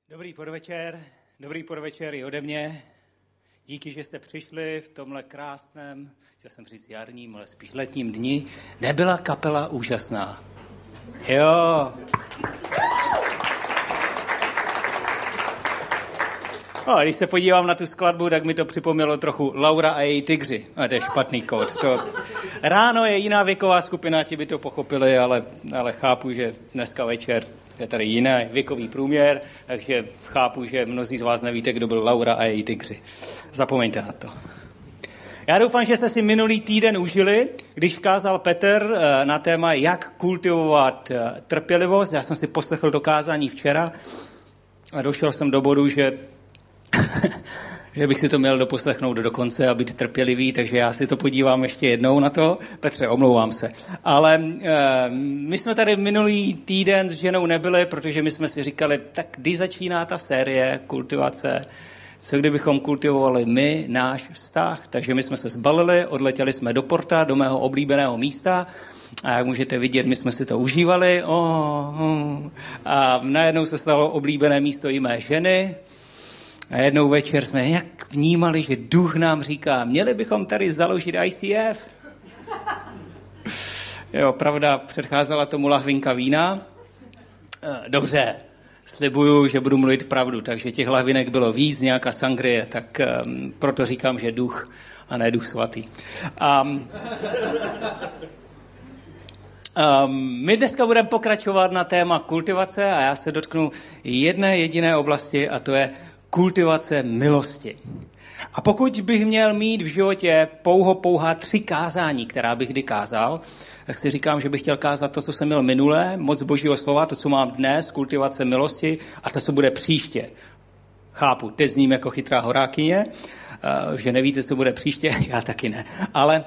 Dobrý podvečer i ode mě. Díky, že jste přišli v tomhle krásném, chtěl jsem říct jarním, ale spíš letním dni. Nebyla kapela úžasná? Jo. Když se podívám na tu skladbu, tak mi to připomnělo trochu Laura a její tygři. To je špatný kód. Ráno je jiná věková skupina, ti by to pochopili, ale chápu, že dneska večer je tady jiný věkový průměr, takže chápu, že mnozí z vás nevíte, kdo byl Laura a její tygři. Zapomeňte na to. Já doufám, že jste si minulý týden užili, když kázal Petr na téma, jak kultivovat trpělivost. Já jsem si poslechl to kázání včera a došel jsem do bodu, že bych si to měl doposlechnout do konce a být trpělivý, takže já si to podívám ještě jednou na to. Petře, omlouvám se. Ale my jsme tady minulý týden s ženou nebyli, protože my jsme si říkali, tak když začíná ta série kultivace, co kdybychom kultivovali my náš vztah. Takže my jsme se zbalili, odletěli jsme do Porta, do mého oblíbeného místa. A jak můžete vidět, my jsme si to užívali. A najednou se stalo oblíbené místo i mé ženy. A jednou večer jsme jak vnímali, že duch nám říká, měli bychom tady založit ICF. Jo, pravda, předcházela tomu lahvinka vína. Dobře, slibuju, že budu mluvit pravdu, takže těch lahvinek bylo víc, nějaká sangrie, tak proto říkám, že duch a ne duch svatý. My dneska budeme pokračovat na téma kultivace a já se dotknu jedné jediné oblasti a to je kultivace milosti. A pokud bych měl mít v životě pouhá 3 kázání, která bych kdy kázal, tak si říkám, že bych chtěl kázat to, co jsem měl minule, moc Božího slova, to, co mám dnes, kultivace milosti a to, co bude příště. Chápu, teď zním jako chytrá horákyně, že nevíte, co bude příště, já taky ne. Ale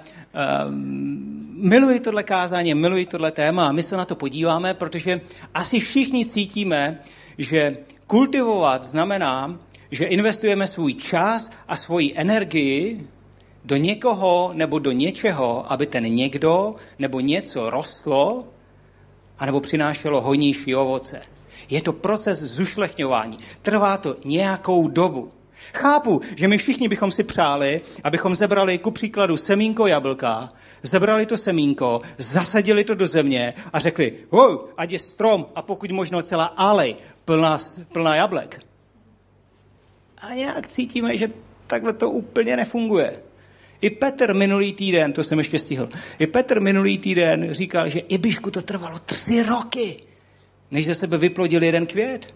miluji tohle kázání, miluji tohle téma a my se na to podíváme, protože asi všichni cítíme, že kultivovat znamená, že investujeme svůj čas a svoji energii do někoho nebo do něčeho, aby ten někdo nebo něco rostlo anebo přinášelo hojnější ovoce. Je to proces zušlechňování. Trvá to nějakou dobu. Chápu, že my všichni bychom si přáli, abychom zebrali ku příkladu semínko jablka, zebrali to semínko, zasadili to do země a řekli, ať je strom a pokud možno celá alej plná jablek. A nějak cítíme, že takhle to úplně nefunguje. I Petr minulý týden, to jsem ještě stihl, říkal, že Ibišku to trvalo 3 roky, než ze sebe vyplodil jeden květ.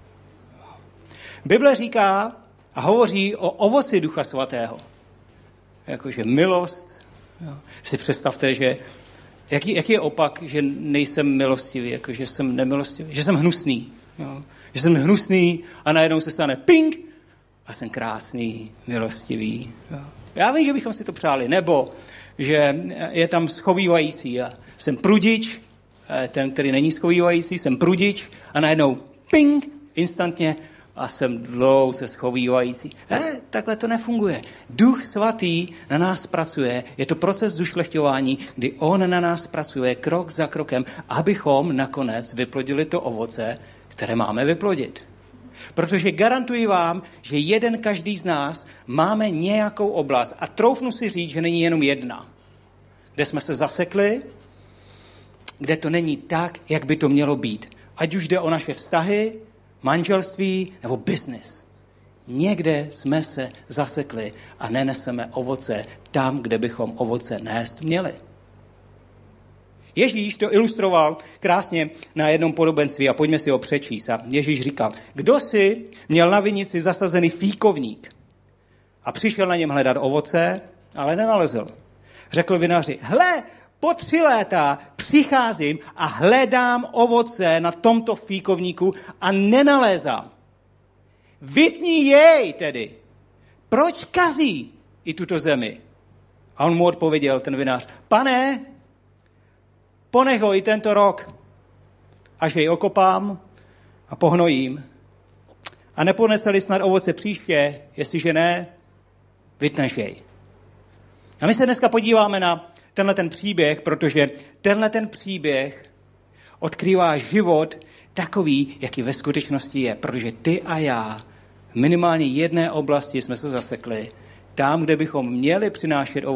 Bible říká a hovoří o ovoci Ducha Svatého. Jakože milost. Jo. Si představte, že jaký je opak, že nejsem milostivý, jakože jsem nemilostivý, že jsem hnusný. Jo. Že jsem hnusný a najednou se stane ping a jsem krásný, milostivý. Jo. Já vím, že bychom si to přáli, nebo že je tam schovývající a jsem prudič, ten, který není schovývající, jsem prudič a najednou ping, instantně a jsem dlouze schovývající. Takhle to nefunguje. Duch Svatý na nás pracuje, je to proces zušlechťování, kdy on na nás pracuje krok za krokem, abychom nakonec vyplodili to ovoce, které máme vyplodit. Protože garantuji vám, že jeden každý z nás máme nějakou oblast a troufnu si říct, že není jenom jedna, kde jsme se zasekli, kde to není tak, jak by to mělo být. Ať už jde o naše vztahy, manželství nebo biznis. Někde jsme se zasekli a neneseme ovoce tam, kde bychom ovoce nést měli. Ježíš to ilustroval krásně na jednom podobenství a pojďme si ho přečíst. A Ježíš říkal, kdo si měl na vinici zasazený fíkovník a přišel na něm hledat ovoce, ale nenalezl. Řekl vinaři, po 3 léta přicházím a hledám ovoce na tomto fíkovníku a nenalézám. Vytni jej tedy. Proč kazí i tuto zemi? A on mu odpověděl, ten vinař, Pane, ponech ho i tento rok, až jej okopám a pohnojím. A neponese-li snad ovoce příště, jestliže ne, vytneš jej. A my se dneska podíváme na tenhle ten příběh, protože tenhle ten příběh odkrývá život takový, jaký ve skutečnosti je. Protože ty a já v minimálně jedné oblasti jsme se zasekli. Tam, kde bychom měli přinášet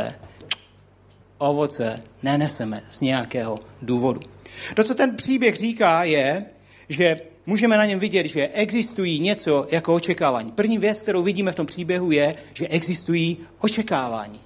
ovoce neneseme z nějakého důvodu. To, co ten příběh říká, je, že můžeme na něm vidět, že existují něco jako očekávání. První věc, kterou vidíme v tom příběhu, je, že existují očekávání.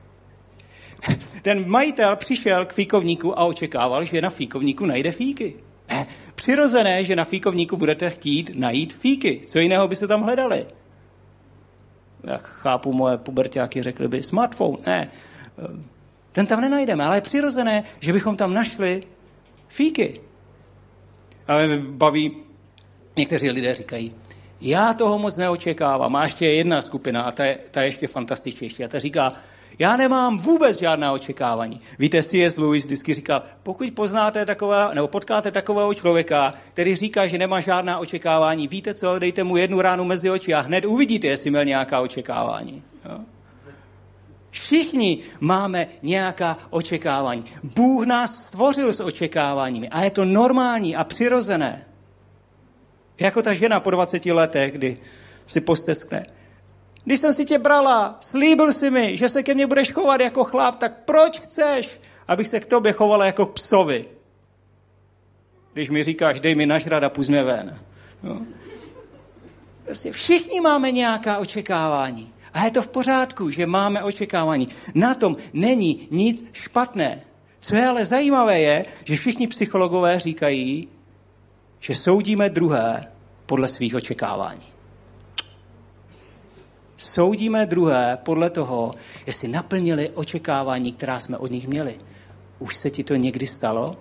Ten majitel přišel k fíkovníku a očekával, že na fíkovníku najde fíky. Přirozené, že na fíkovníku budete chtít najít fíky. Co jiného byste tam hledali? Jak chápu, moje puberťáky řekli by smartphone. Ne, ten tam nenajdeme, ale je přirozené, že bychom tam našli fíky. Ale baví, někteří lidé říkají, já toho moc neočekávám. A ještě jedna skupina, a ta je ještě fantastičtější. A ta říká, já nemám vůbec žádná očekávání. Víte, C.S. Lewis vždycky říkal, pokud poznáte takového, nebo potkáte takového člověka, který říká, že nemá žádná očekávání, víte co, dejte mu jednu ránu mezi oči a hned uvidíte, jestli měl nějaká očekávání. Jo? Všichni máme nějaká očekávání. Bůh nás stvořil s očekáváními a je to normální a přirozené. Jako ta žena po 20 letech, kdy si posteskne. Když jsem si tě brala, slíbil jsi mi, že se ke mně budeš chovat jako chlap, tak proč chceš, abych se k tobě chovala jako k psovi? Když mi říkáš, dej mi nažrat a půjď mě ven. No. Prostě všichni máme nějaká očekávání. A je to v pořádku, že máme očekávání. Na tom není nic špatné. Co je ale zajímavé je, že všichni psychologové říkají, že soudíme druhé podle svých očekávání. Soudíme druhé podle toho, jestli naplnili očekávání, která jsme od nich měli. Už se ti to někdy stalo?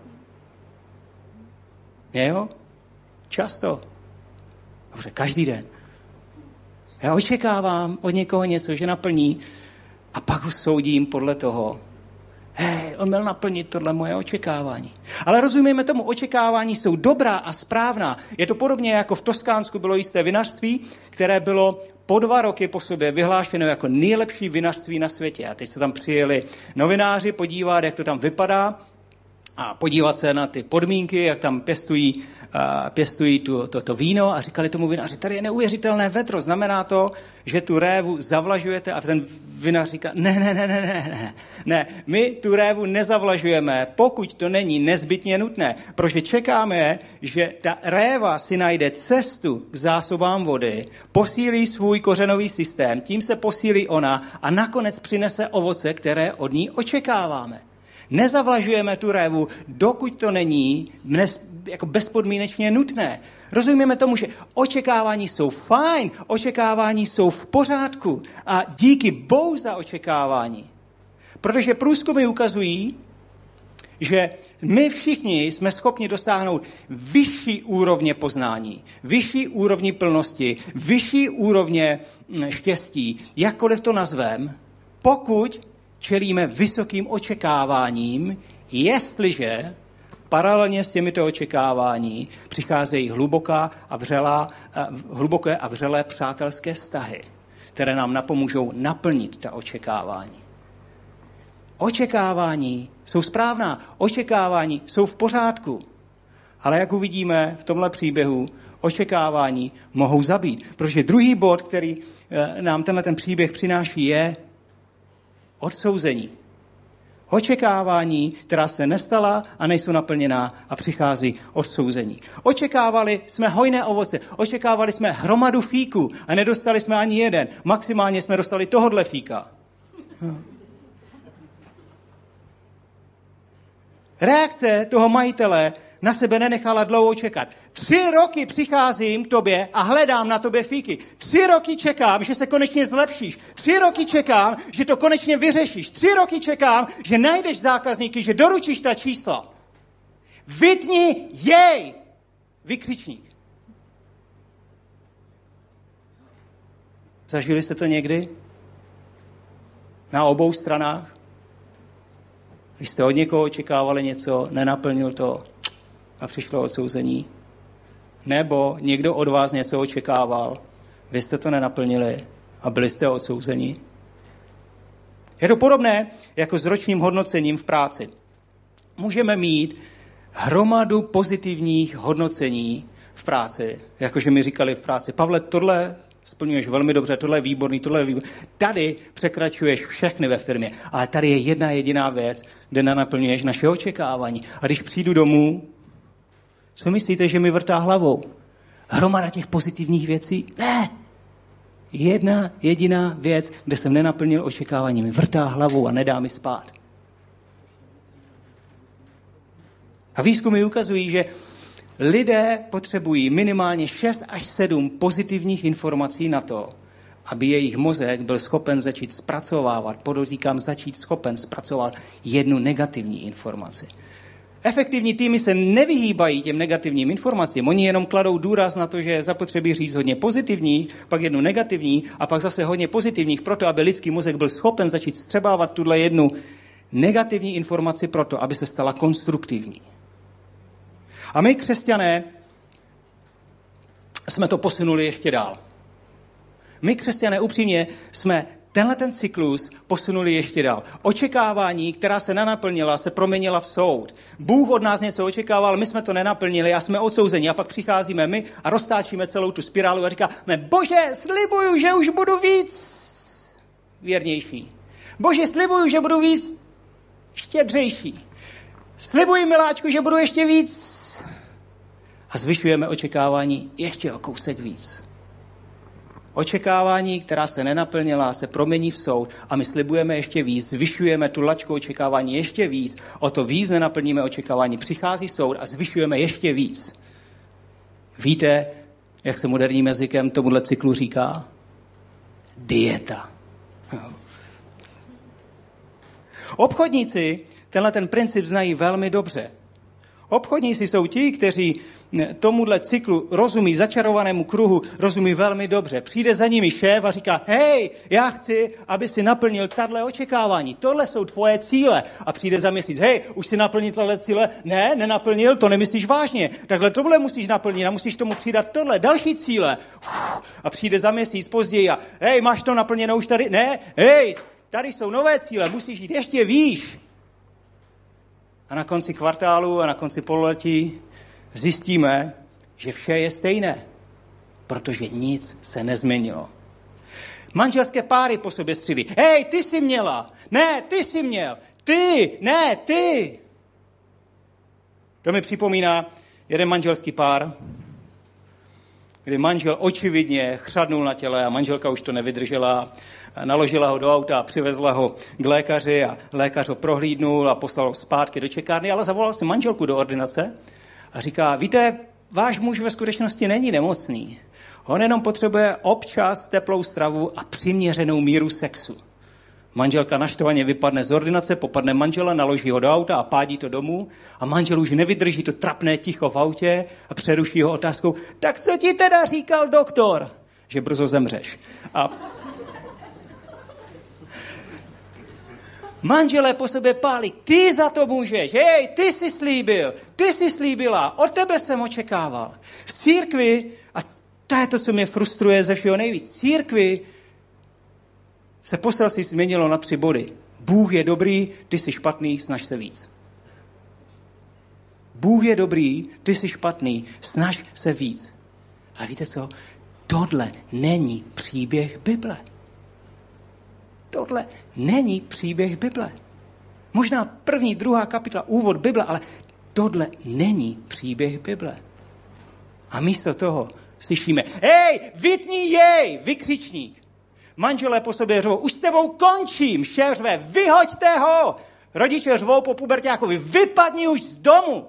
Jo? Často. Dobře, každý den. Já očekávám od někoho něco, že naplní a pak ho soudím podle toho. On měl naplnit tohle moje očekávání. Ale rozumíme tomu, očekávání jsou dobrá a správná. Je to podobně, jako v Toskánsku bylo jisté vinařství, které bylo po 2 roky po sobě vyhlášeno jako nejlepší vinařství na světě. A teď se tam přijeli novináři podívat, jak to tam vypadá a podívat se na ty podmínky, jak tam pěstují to víno a říkali tomu vinaři, tady je neuvěřitelné vedro, znamená to, že tu révu zavlažujete a ten vinař říká, ne, my tu révu nezavlažujeme, pokud to není nezbytně nutné, protože čekáme, že ta réva si najde cestu k zásobám vody, posílí svůj kořenový systém, tím se posílí ona a nakonec přinese ovoce, které od ní očekáváme. Nezavlažujeme tu révu, dokud to není jako bezpodmínečně nutné. Rozumíme tomu, že očekávání jsou fajn, očekávání jsou v pořádku a díky Bohu za očekávání. Protože průzkumy ukazují, že my všichni jsme schopni dosáhnout vyšší úrovně poznání, vyšší úrovni plnosti, vyšší úrovně štěstí, jakkoliv to nazvem, pokud čelíme vysokým očekáváním, jestliže paralelně s těmito očekávání přicházejí hluboké a vřelé přátelské vztahy, které nám napomůžou naplnit ta očekávání. Očekávání jsou správná, očekávání jsou v pořádku, ale jak uvidíme v tomhle příběhu, očekávání mohou zabít. Protože druhý bod, který nám ten příběh přináší, je odsouzení. Očekávání, která se nestala a nejsou naplněná a přichází odsouzení. Očekávali jsme hojné ovoce, očekávali jsme hromadu fíků a nedostali jsme ani jeden. Maximálně jsme dostali tohodle fíka. Reakce toho majitele na sebe nenechala dlouho čekat. 3 roky přicházím k tobě a hledám na tobě fíky. 3 roky čekám, že se konečně zlepšíš. 3 roky čekám, že to konečně vyřešíš. 3 roky čekám, že najdeš zákazníky, že doručíš ta čísla. Vytni jej! Vykřičník. Zažili jste to někdy? Na obou stranách? Když jste od někoho očekávali něco, nenaplnil to a přišlo odsouzení. Nebo někdo od vás něco očekával, vy jste to nenaplnili a byli jste odsouzeni. Je to podobné jako s ročním hodnocením v práci. Můžeme mít hromadu pozitivních hodnocení v práci, jakože mi říkali v práci, Pavle, tohle splňuješ velmi dobře, tohle je výborný, tohle je výborný. Tady překračuješ všechny ve firmě, ale tady je jedna jediná věc, kde nenaplňuješ naše očekávání. A když přijdu domů, co myslíte, že mi vrtá hlavou? Hromada těch pozitivních věcí? Ne! Jedna jediná věc, kde jsem nenaplnil očekávání, mi vrtá hlavou a nedá mi spát. A výzkumy ukazují, že lidé potřebují minimálně 6 až 7 pozitivních informací na to, aby jejich mozek byl schopen začít zpracovávat, podotýkám začít schopen zpracovat jednu negativní informaci. Efektivní týmy se nevyhýbají těm negativním informacím, oni jenom kladou důraz na to, že je zapotřebí říct hodně pozitivních, pak jednu negativní a pak zase hodně pozitivních, proto aby lidský mozek byl schopen začít střebávat tuhle jednu negativní informaci proto, aby se stala konstruktivní. A my, křesťané, jsme to posunuli ještě dál. My, křesťané, upřímně jsme tenhle ten cyklus posunuli ještě dál. Očekávání, která se nenaplnila, se proměnila v soud. Bůh od nás něco očekával, my jsme to nenaplnili a jsme odsouzeni. A pak přicházíme my a roztáčíme celou tu spirálu a říkáme, Bože, slibuju, že už budu víc věrnější. Bože, slibuju, že budu víc štědřejší. Slibuji, miláčku, že budu ještě víc. A zvyšujeme očekávání ještě o kousek víc. Očekávání, která se nenaplnila, se promění v soud a my slibujeme ještě víc, zvyšujeme tu laťku očekávání ještě víc, o to víc nenaplníme očekávání. Přichází soud a zvyšujeme ještě víc. Víte, jak se moderním jazykem tomuhle cyklu říká? Dieta. Obchodníci tenhle ten princip znají velmi dobře. Obchodníci jsou ti, kteří tomuhle cyklu rozumí, začarovanému kruhu, rozumí velmi dobře. Přijde za nimi šéf a říká, hej, já chci, aby si naplnil tato očekávání. Tohle jsou tvoje cíle. A přijde za měsíc, hej, už si naplnil tato cíle? Ne, nenaplnil, to nemyslíš vážně. Takhle tohle musíš naplnit a musíš tomu přidat tohle, další cíle. A přijde za měsíc později a hej, máš to naplněno už tady? Ne, hej, tady jsou nové cíle, musíš jít ještě výš. A na konci kvartálu a na konci pololetí zjistíme, že vše je stejné, protože nic se nezměnilo. Manželské páry po sobě střílí. Hej, ty jsi měla. Ne, ty jsi měl. Ty, ne, ty. To mi připomíná jeden manželský pár, kdy manžel očividně chřadnul na těle a manželka už to nevydržela. Naložila ho do auta a přivezla ho k lékaři a lékař ho prohlídnul a poslal ho zpátky do čekárny, ale zavolal si manželku do ordinace a říká, víte, váš muž ve skutečnosti není nemocný. On jenom potřebuje občas teplou stravu a přiměřenou míru sexu. Manželka naštvaně vypadne z ordinace, popadne manžela, naloží ho do auta a pádí to domů a manžel už nevydrží to trapné ticho v autě a přeruší ho otázkou, tak co ti teda říkal doktor? Že brzo zemřeš. A manželé po sobě pálí, ty za to můžeš, hej, ty jsi slíbil, ty jsi slíbila, od tebe jsem očekával. V církvi, a to je to, co mě frustruje ze všeho nejvíc, v církvi se poselství změnilo na 3 body. Bůh je dobrý, ty jsi špatný, snaž se víc. Bůh je dobrý, ty jsi špatný, snaž se víc. A víte co? Tohle není příběh Bible. Tohle není příběh Bible. Možná 1., 2. kapitola, úvod Bible, ale tohle není příběh Bible. A místo toho slyšíme, hej, vypni jej, vykřičník. Manželé po sobě řvou, už s tebou končím, šéf řve, vyhoďte ho. Rodiče řvou po puberťákovi, vypadni už z domu.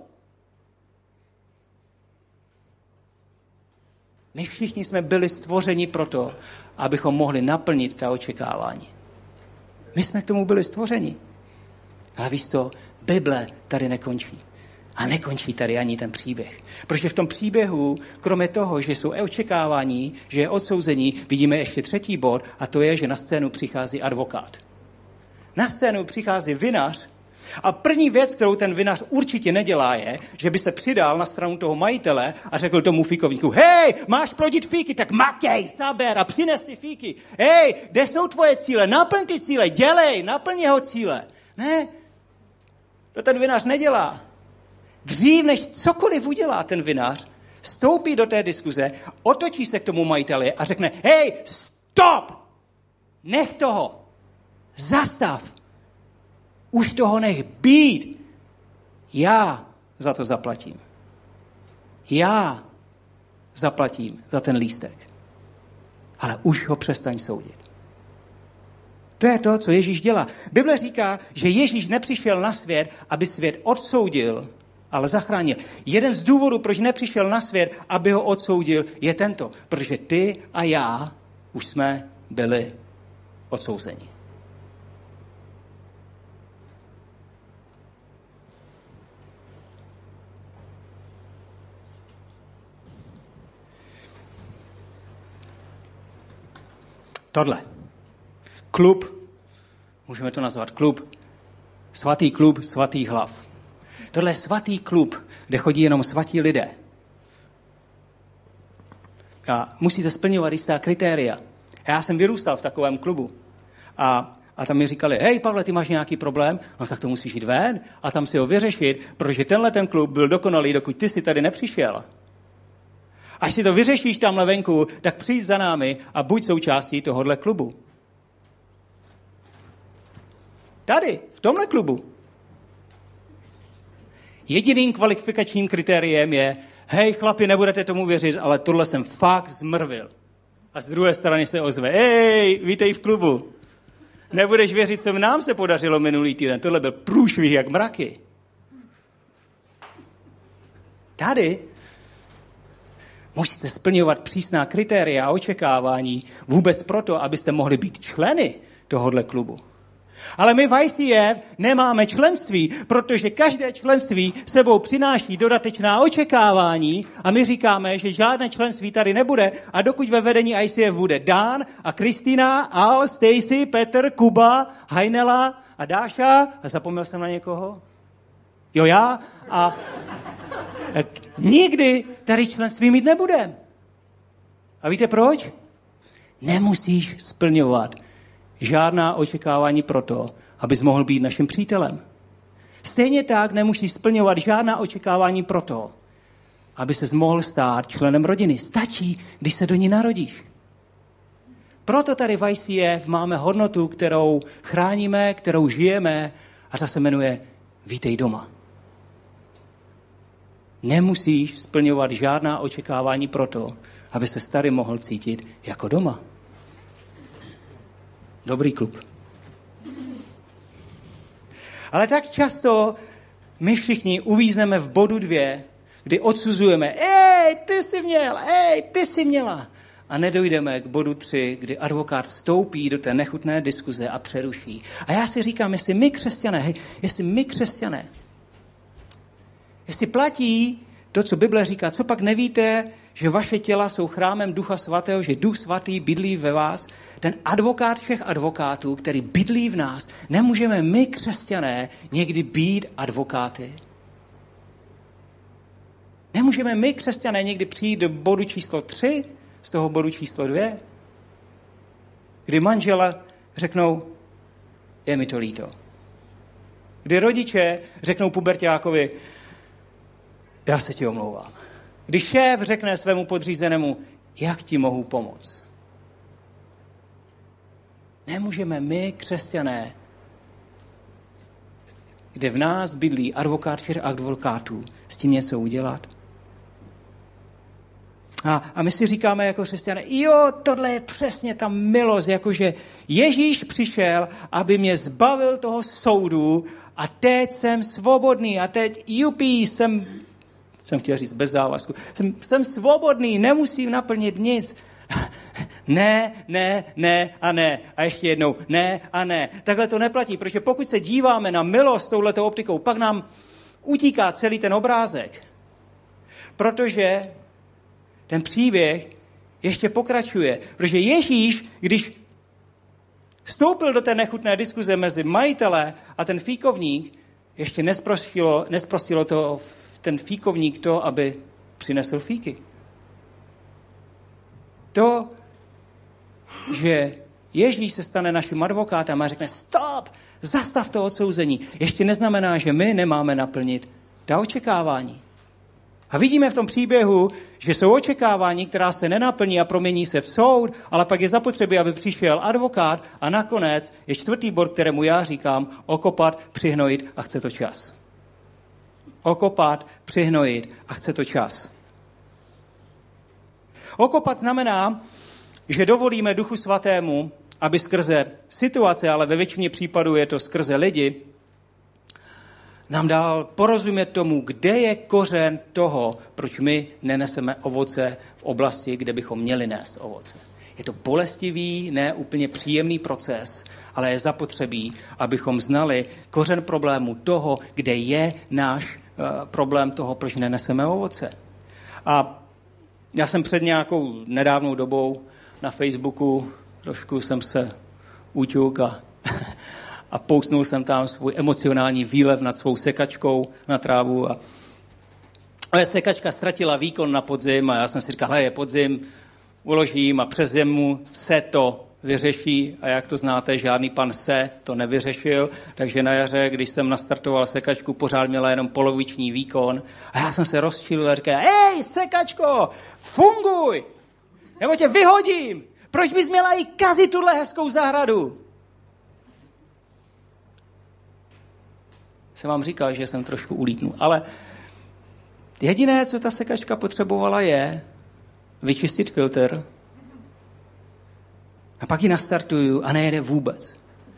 My všichni jsme byli stvořeni proto, abychom mohli naplnit ta očekávání. My jsme k tomu byli stvořeni. Ale víš co, Bible tady nekončí. A nekončí tady ani ten příběh. Protože v tom příběhu, kromě toho, že jsou očekávání, že je odsouzení, vidíme ještě 3. bod, a to je, že na scénu přichází advokát. Na scénu přichází vinař a první věc, kterou ten vinař určitě nedělá, je, že by se přidal na stranu toho majitele a řekl tomu fíkovníku, hej, máš plodit fíky, tak makej, saber a přines ty fíky. Hej, kde jsou tvoje cíle? Naplň ty cíle, dělej, naplň jeho cíle. Ne, to ten vinař nedělá. dřív než cokoliv udělá ten vinař, vstoupí do té diskuze, otočí se k tomu majiteli a řekne, hej, stop! Nech toho! Zastav! Už toho nech být! Já za to zaplatím. Já zaplatím za ten lístek. Ale už ho přestaň soudit. To je to, co Ježíš dělá. Bible říká, že Ježíš nepřišel na svět, aby svět odsoudil, ale zachránil. Jeden z důvodů, proč nepřišel na svět, aby ho odsoudil, je tento. Protože ty a já už jsme byli odsouzeni. Tohle. Klub, můžeme to nazvat klub, svatých hlav. Tohle je svatý klub, kde chodí jenom svatí lidé. A musíte splňovat jistá kritéria. Já jsem vyrůstal v takovém klubu. A tam mi říkali, hej Pavle, ty máš nějaký problém? No tak to musíš jít ven a tam si ho vyřešit, protože ten klub byl dokonalý, dokud ty si tady nepřišel. Až si to vyřešíš tamhle venku, tak přijď za námi a buď součástí tohohle klubu. Tady, v tomhle klubu. Jediným kvalifikačním kritériem je, hej chlapi, nebudete tomu věřit, ale tohle jsem fakt zmrvil. A z druhé strany se ozve, hej, vítej v klubu. Nebudeš věřit, co nám se podařilo minulý týden. Tohle byl průšvih jak mraky. Tady musíte splňovat přísná kritéria a očekávání vůbec proto, abyste mohli být členy tohohle klubu. Ale my v ICF nemáme členství, protože každé členství sebou přináší dodatečná očekávání a my říkáme, že žádné členství tady nebude a dokud ve vedení ICF bude Dan a Kristýna, Al, Stacy, Petr, Kuba, Hajnela a Dáša a zapomněl jsem na někoho? Jo, já a nikdy tady členství mít nebudeme. A víte proč? Nemusíš splňovat žádná očekávání proto, abys mohl být naším přítelem. Stejně tak nemusíš splňovat žádná očekávání proto, aby ses mohl stát členem rodiny. Stačí, když se do ní narodíš. Proto tady v ICF máme hodnotu, kterou chráníme, kterou žijeme a ta se jmenuje Vítej doma. Nemusíš splňovat žádná očekávání proto, aby se tady mohl cítit jako doma. Dobrý klub. Ale tak často my všichni uvízneme v bodu 2, kdy odsuzujeme, ty jsi měla. A nedojdeme k bodu 3, kdy advokát vstoupí do té nechutné diskuze a přeruší. A já si říkám, jestli my křesťané, jestli platí to, co Bible říká, co pak nevíte, že vaše těla jsou chrámem Ducha Svatého, že Duch Svatý bydlí ve vás, ten advokát všech advokátů, který bydlí v nás, nemůžeme my, křesťané, někdy být advokáty? Nemůžeme my, křesťané, někdy přijít do bodu číslo 3 z toho bodu číslo 2? Kdy manžela řeknou, je mi to líto. Kdy rodiče řeknou puberťákovi, já se ti omlouvám. Když šéf řekne svému podřízenému, jak ti mohu pomoct? Nemůžeme my, křesťané, kde v nás bydlí advokát všech advokátů, s tím něco udělat? A my si říkáme jako křesťané, jo, tohle je přesně ta milost, jakože Ježíš přišel, aby mě zbavil toho soudu a teď jsem svobodný a teď jsem chtěl říct bez závazku, jsem svobodný, nemusím naplnit nic. Ne a ne. A ještě jednou ne a ne. Takhle to neplatí, protože pokud se díváme na milost touhletou optikou, pak nám utíká celý ten obrázek. Protože ten příběh ještě pokračuje. Protože Ježíš, když vstoupil do té nechutné diskuze mezi majitele a ten fíkovník, ještě nesprostilo to ten fíkovník to, aby přinesl fíky. To, že Ježíš se stane naším advokátem a řekne stop, zastav to odsouzení, ještě neznamená, že my nemáme naplnit Ta očekávání. A vidíme v tom příběhu, že jsou očekávání, která se nenaplní a promění se v soud, ale pak je zapotřebí, aby přišel advokát a nakonec je 4. bod, kterému já říkám, okopat, přihnojit a chce to čas. Okopat, přihnojit a chce to čas. Okopat znamená, že dovolíme Duchu Svatému, aby skrze situace, ale ve většině případů je to skrze lidi, nám dal porozumět tomu, kde je kořen toho, proč my neneseme ovoce v oblasti, kde bychom měli nést ovoce. Je to bolestivý, ne úplně příjemný proces, ale je zapotřebí, abychom znali kořen problému toho, kde je náš problém toho, proč neneseme ovoce. A já jsem před nějakou nedávnou dobou na Facebooku, trošku jsem se uťuk a pousnul jsem tam svůj emocionální výlev nad svou sekačkou na trávu. A sekačka ztratila výkon na podzim a já jsem si říkal, je podzim, uložím a přes zimu se to vyřeší. A jak to znáte, žádný pan se to nevyřešil. Takže na jaře, když jsem nastartoval sekačku, pořád měla jenom poloviční výkon. A já jsem se rozčilil a říkal, sekačko, funguj! Nebo tě vyhodím! Proč bys měla i kazit tuhle hezkou zahradu? Jsem vám říkal, že jsem trošku ulítnul. Ale jediné, co ta sekačka potřebovala, je vyčistit filtr a pak ji nastartuju a nejede vůbec.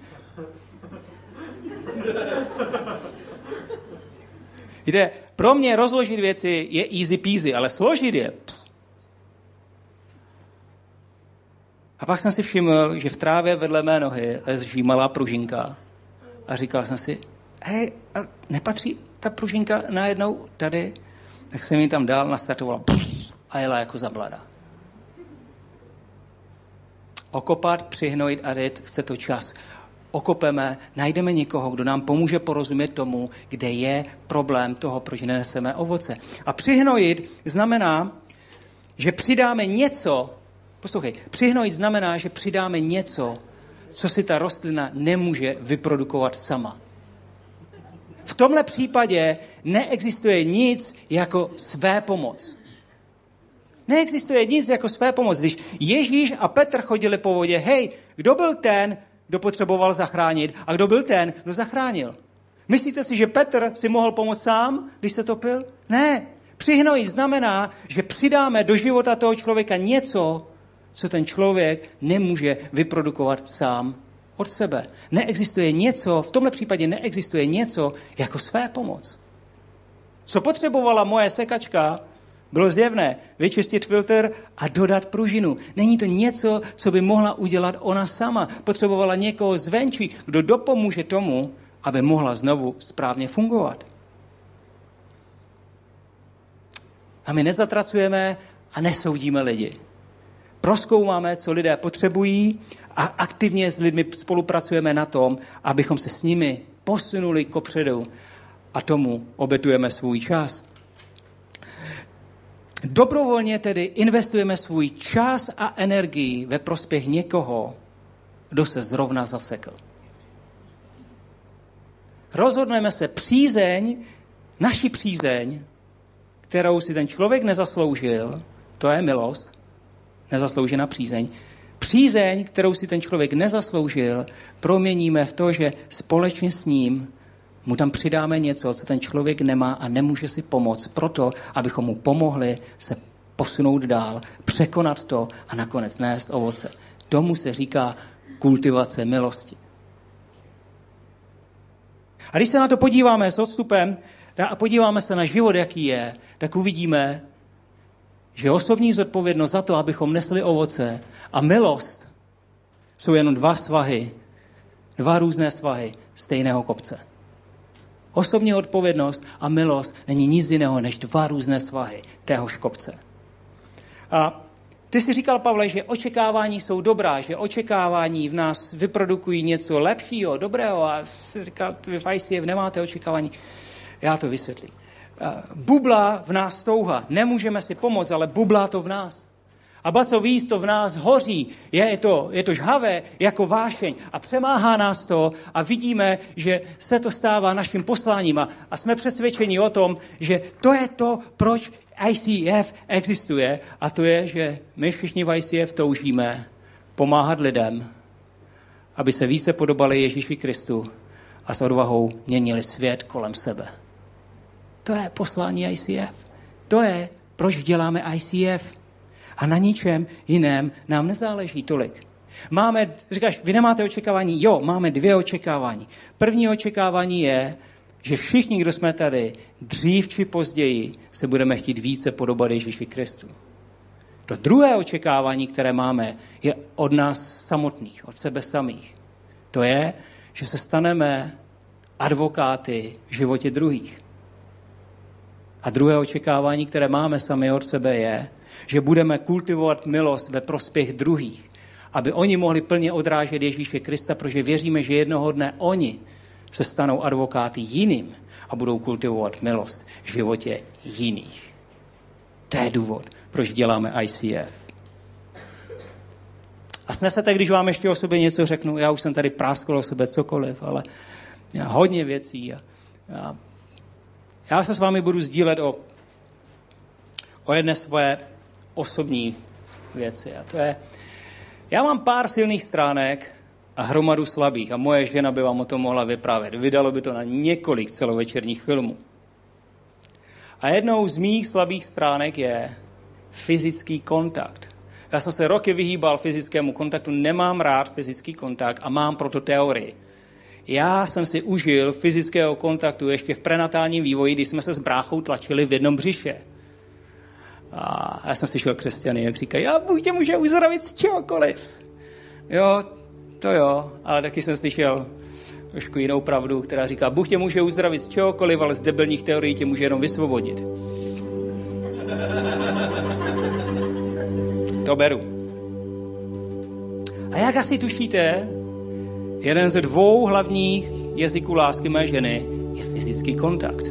Víte, pro mě rozložit věci je easy peasy, ale složit je. A pak jsem si všiml, že v trávě vedle mé nohy leží malá pružinka a říkal jsem si, a nepatří ta pružinka najednou tady? Tak jsem ji tam dal, nastartovala a jela jako zablada. Okopat, přihnojit a ryt, chce to čas. Okopeme, najdeme někoho, kdo nám pomůže porozumět tomu, kde je problém toho, proč neneseme ovoce. A přihnojit znamená, že přidáme něco, poslouchej, přihnojit znamená, že přidáme něco, co si ta rostlina nemůže vyprodukovat sama. V tomhle případě neexistuje nic jako své pomoc. Neexistuje nic jako své pomoc. Když Ježíš a Petr chodili po vodě, kdo byl ten, kdo potřeboval zachránit a kdo byl ten, kdo zachránil? Myslíte si, že Petr si mohl pomoct sám, když se topil? Ne. Přihnojit znamená, že přidáme do života toho člověka něco, co ten člověk nemůže vyprodukovat sám od sebe. Neexistuje něco, v tomhle případě neexistuje něco jako své pomoc. Co potřebovala moje sekačka, bylo zjevné, vyčistit filtr a dodat pružinu. Není to něco, co by mohla udělat ona sama. Potřebovala někoho zvenčí, kdo dopomůže tomu, aby mohla znovu správně fungovat. A my nezatracujeme a nesoudíme lidi. Prozkoumáme, co lidé potřebují a aktivně s lidmi spolupracujeme na tom, abychom se s nimi posunuli kopředu a tomu obětujeme svůj čas. Dobrovolně tedy investujeme svůj čas a energii ve prospěch někoho, kdo se zrovna zasekl. Rozhodneme se naši přízeň, kterou si ten člověk nezasloužil, to je milost, nezasloužená přízeň. Přízeň, kterou si ten člověk nezasloužil, proměníme v to, že společně s ním mu tam přidáme něco, co ten člověk nemá a nemůže si pomoct, proto, abychom mu pomohli se posunout dál, překonat to a nakonec nést ovoce. Tomu se říká kultivace milosti. A když se na to podíváme s odstupem a podíváme se na život, jaký je, tak uvidíme, že osobní zodpovědnost za to, abychom nesli ovoce a milost jsou jenom dva různé svahy stejného kopce. Osobní odpovědnost a milost není nic jiného než dva různé svahy téhož kopce. A ty si říkal, Pavle, že očekávání jsou dobrá, že očekávání v nás vyprodukují něco lepšího, dobrého a jsi říkal, vy v ICF nemáte očekávání. Já to vysvětlím. Bublá v nás touha. Nemůžeme si pomoct, ale bublá to v nás. A ba co víc, to v nás hoří, je to žhavé jako vášeň a přemáhá nás to a vidíme, že se to stává naším posláním a jsme přesvědčeni o tom, že to je to, proč ICF existuje a to je, že my všichni v ICF toužíme pomáhat lidem, aby se více podobali Ježíši Kristu a s odvahou měnili svět kolem sebe. To je poslání ICF. To je, proč děláme ICF. A na ničem jiném nám nezáleží tolik. Říkáš, vy nemáte očekávání? Jo, máme 2 očekávání. První očekávání je, že všichni, kdo jsme tady, dřív či později se budeme chtít více podobat Ježíši Kristu. To druhé očekávání, které máme, je od nás samotných, od sebe samých. To je, že se staneme advokáty v životě druhých. A druhé očekávání, které máme sami od sebe, je, že budeme kultivovat milost ve prospěch druhých, aby oni mohli plně odrážet Ježíše Krista, protože věříme, že jednoho dne oni se stanou advokáty jiným a budou kultivovat milost v životě jiných. To je důvod, proč děláme ICF. A snesete, když vám ještě o sobě něco řeknu, já už jsem tady práskl o sobě cokoliv, ale hodně věcí. Já se s vámi budu sdílet o jedné své osobní věci. A to je, já mám pár silných stránek a hromadu slabých a moje žena by vám o tom mohla vyprávět. Vydalo by to na několik celovečerních filmů. A jednou z mých slabých stránek je fyzický kontakt. Já jsem se roky vyhýbal fyzickému kontaktu, nemám rád fyzický kontakt a mám proto teorii. Já jsem si užil fyzického kontaktu ještě v prenatálním vývoji, když jsme se s bráchou tlačili v jednom břiše. A já jsem slyšel křesťany, jak říkají, Bůh tě může uzdravit z čehokoliv. Jo, to jo, ale taky jsem slyšel trošku jinou pravdu, která říká, Bůh tě může uzdravit z čehokoliv, ale z debilních teorií tě může jenom vysvobodit. To beru. A jak asi tušíte, jeden ze 2 hlavních jazyků lásky mé ženy je fyzický kontakt.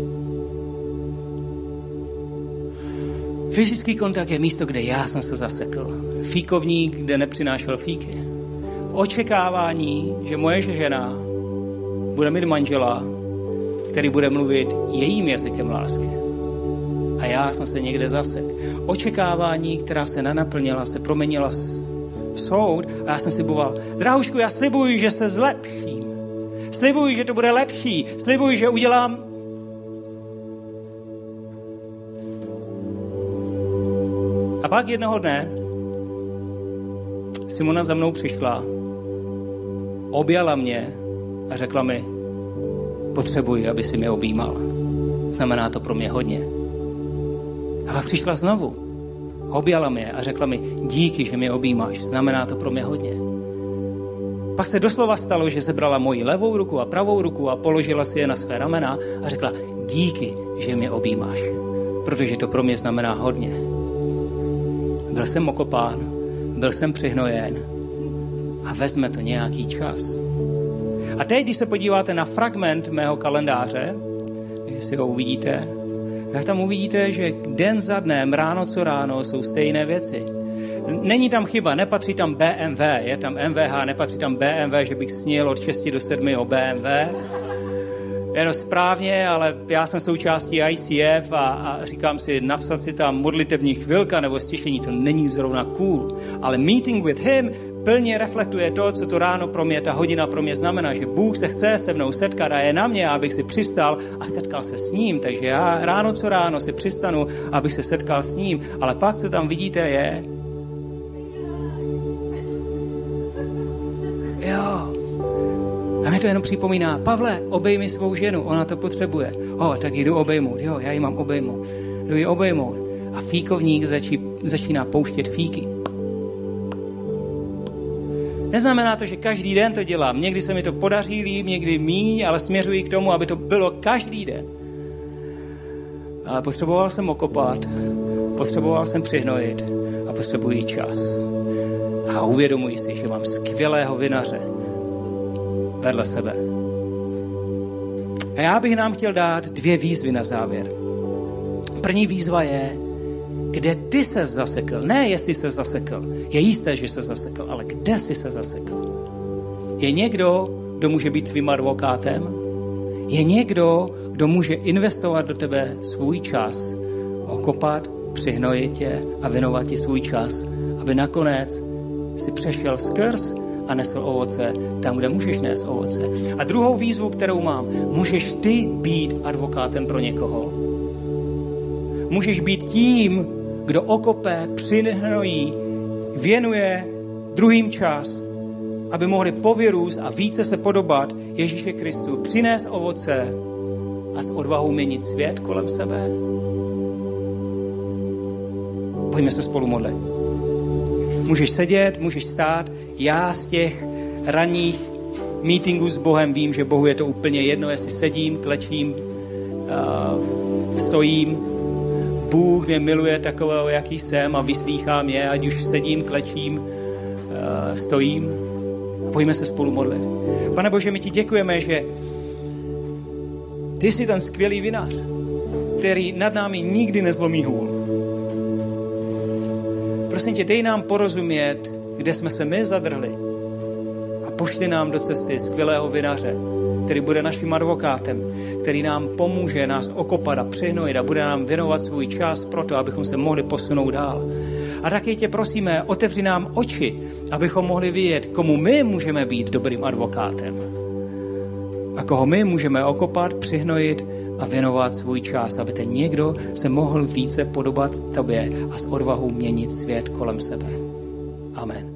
Fyzický kontakt je místo, kde já jsem se zasekl. Fíkovník, kde nepřinášel fíky. Očekávání, že moje žena bude mít manžela, který bude mluvit jejím jazykem lásky. A já jsem se někde zasek. Očekávání, která se nenaplnila, se proměnila v soud a já jsem sliboval, drahušku, já slibuji, že se zlepším. Slibuji, že to bude lepší. Slibuji, že udělám. A pak jednoho dne Simona za mnou přišla, objala mě a řekla mi, potřebuji, aby si mě objímal. Znamená to pro mě hodně. A pak přišla znovu, objala mě a řekla mi, díky, že mě objímáš, znamená to pro mě hodně. Pak se doslova stalo, že sebrala moji levou ruku a pravou ruku a položila si je na své ramena a řekla, díky, že mě objímáš, protože to pro mě znamená hodně. Byl jsem okopán, byl jsem přihnojen a vezme to nějaký čas. A teď, když se podíváte na fragment mého kalendáře, jestli ho uvidíte, tak tam uvidíte, že den za dnem, ráno co ráno jsou stejné věci. Není tam chyba, nepatří tam BMW, je tam MVH, nepatří tam BMW, že bych snil od 6 do 7 o BMW. Je to správně, ale já jsem součástí ICF a říkám si, napsat si tam modlitební chvilka nebo stišení, to není zrovna cool. Ale meeting with him plně reflektuje to, co to ráno pro mě, ta hodina pro mě znamená, že Bůh se chce se mnou setkat a je na mě, abych si přivstal a setkal se s ním. Takže já ráno co ráno si přistanu, abych se setkal s ním. Ale pak, co tam vidíte, je... Jo. A mě to jenom připomíná, Pavle, obejmi svou ženu, ona to potřebuje. Tak jdu obejmout, jo, já ji mám obejmout. Jdu ji obejmout. A fíkovník začíná pouštět fíky. Neznamená to, že každý den to dělám. Někdy se mi to podaří líp, někdy míň, ale směřuji k tomu, aby to bylo každý den. Ale potřeboval jsem okopat, potřeboval jsem přihnojit a potřebuji čas. A uvědomuji si, že mám skvělého vinaře vedle sebe. A já bych nám chtěl dát 2 výzvy na závěr. První výzva je, kde ty se zasekl. Ne, jestli se zasekl. Je jisté, že se zasekl, ale kde jsi se zasekl. Je někdo, kdo může být tvým advokátem? Je někdo, kdo může investovat do tebe svůj čas, okopat, přihnojit tě a věnovat ti svůj čas, aby nakonec si přešel skrz a nesl ovoce tam, kde můžeš nést ovoce. A druhou výzvu, kterou mám, můžeš ty být advokátem pro někoho. Můžeš být tím, kdo okope, přihnojí, věnuje druhým čas, aby mohli povyrůst a více se podobat Ježíše Kristu, přinést ovoce a s odvahou měnit svět kolem sebe. Pojďme se spolu modlit. Můžeš sedět, můžeš stát. Já z těch ranních meetingů s Bohem vím, že Bohu je to úplně jedno, jestli sedím, klečím, stojím. Bůh mě miluje takového, jaký jsem a vyslýchá mě, ať už sedím, klečím, stojím. Pojďme se spolu modlit. Pane Bože, my ti děkujeme, že ty jsi ten skvělý vinař, který nad námi nikdy nezlomí hůl. Prosím tě, dej nám porozumět, kde jsme se my zadrhli a pošli nám do cesty skvělého vinaře, který bude naším advokátem, který nám pomůže nás okopat a přihnojit a bude nám věnovat svůj čas pro to, abychom se mohli posunout dál. A taky tě prosíme, otevři nám oči, abychom mohli vidět, komu my můžeme být dobrým advokátem a koho my můžeme okopat, přihnojit a věnovat svůj čas, aby ten někdo se mohl více podobat tobě a s odvahou měnit svět kolem sebe. Amen.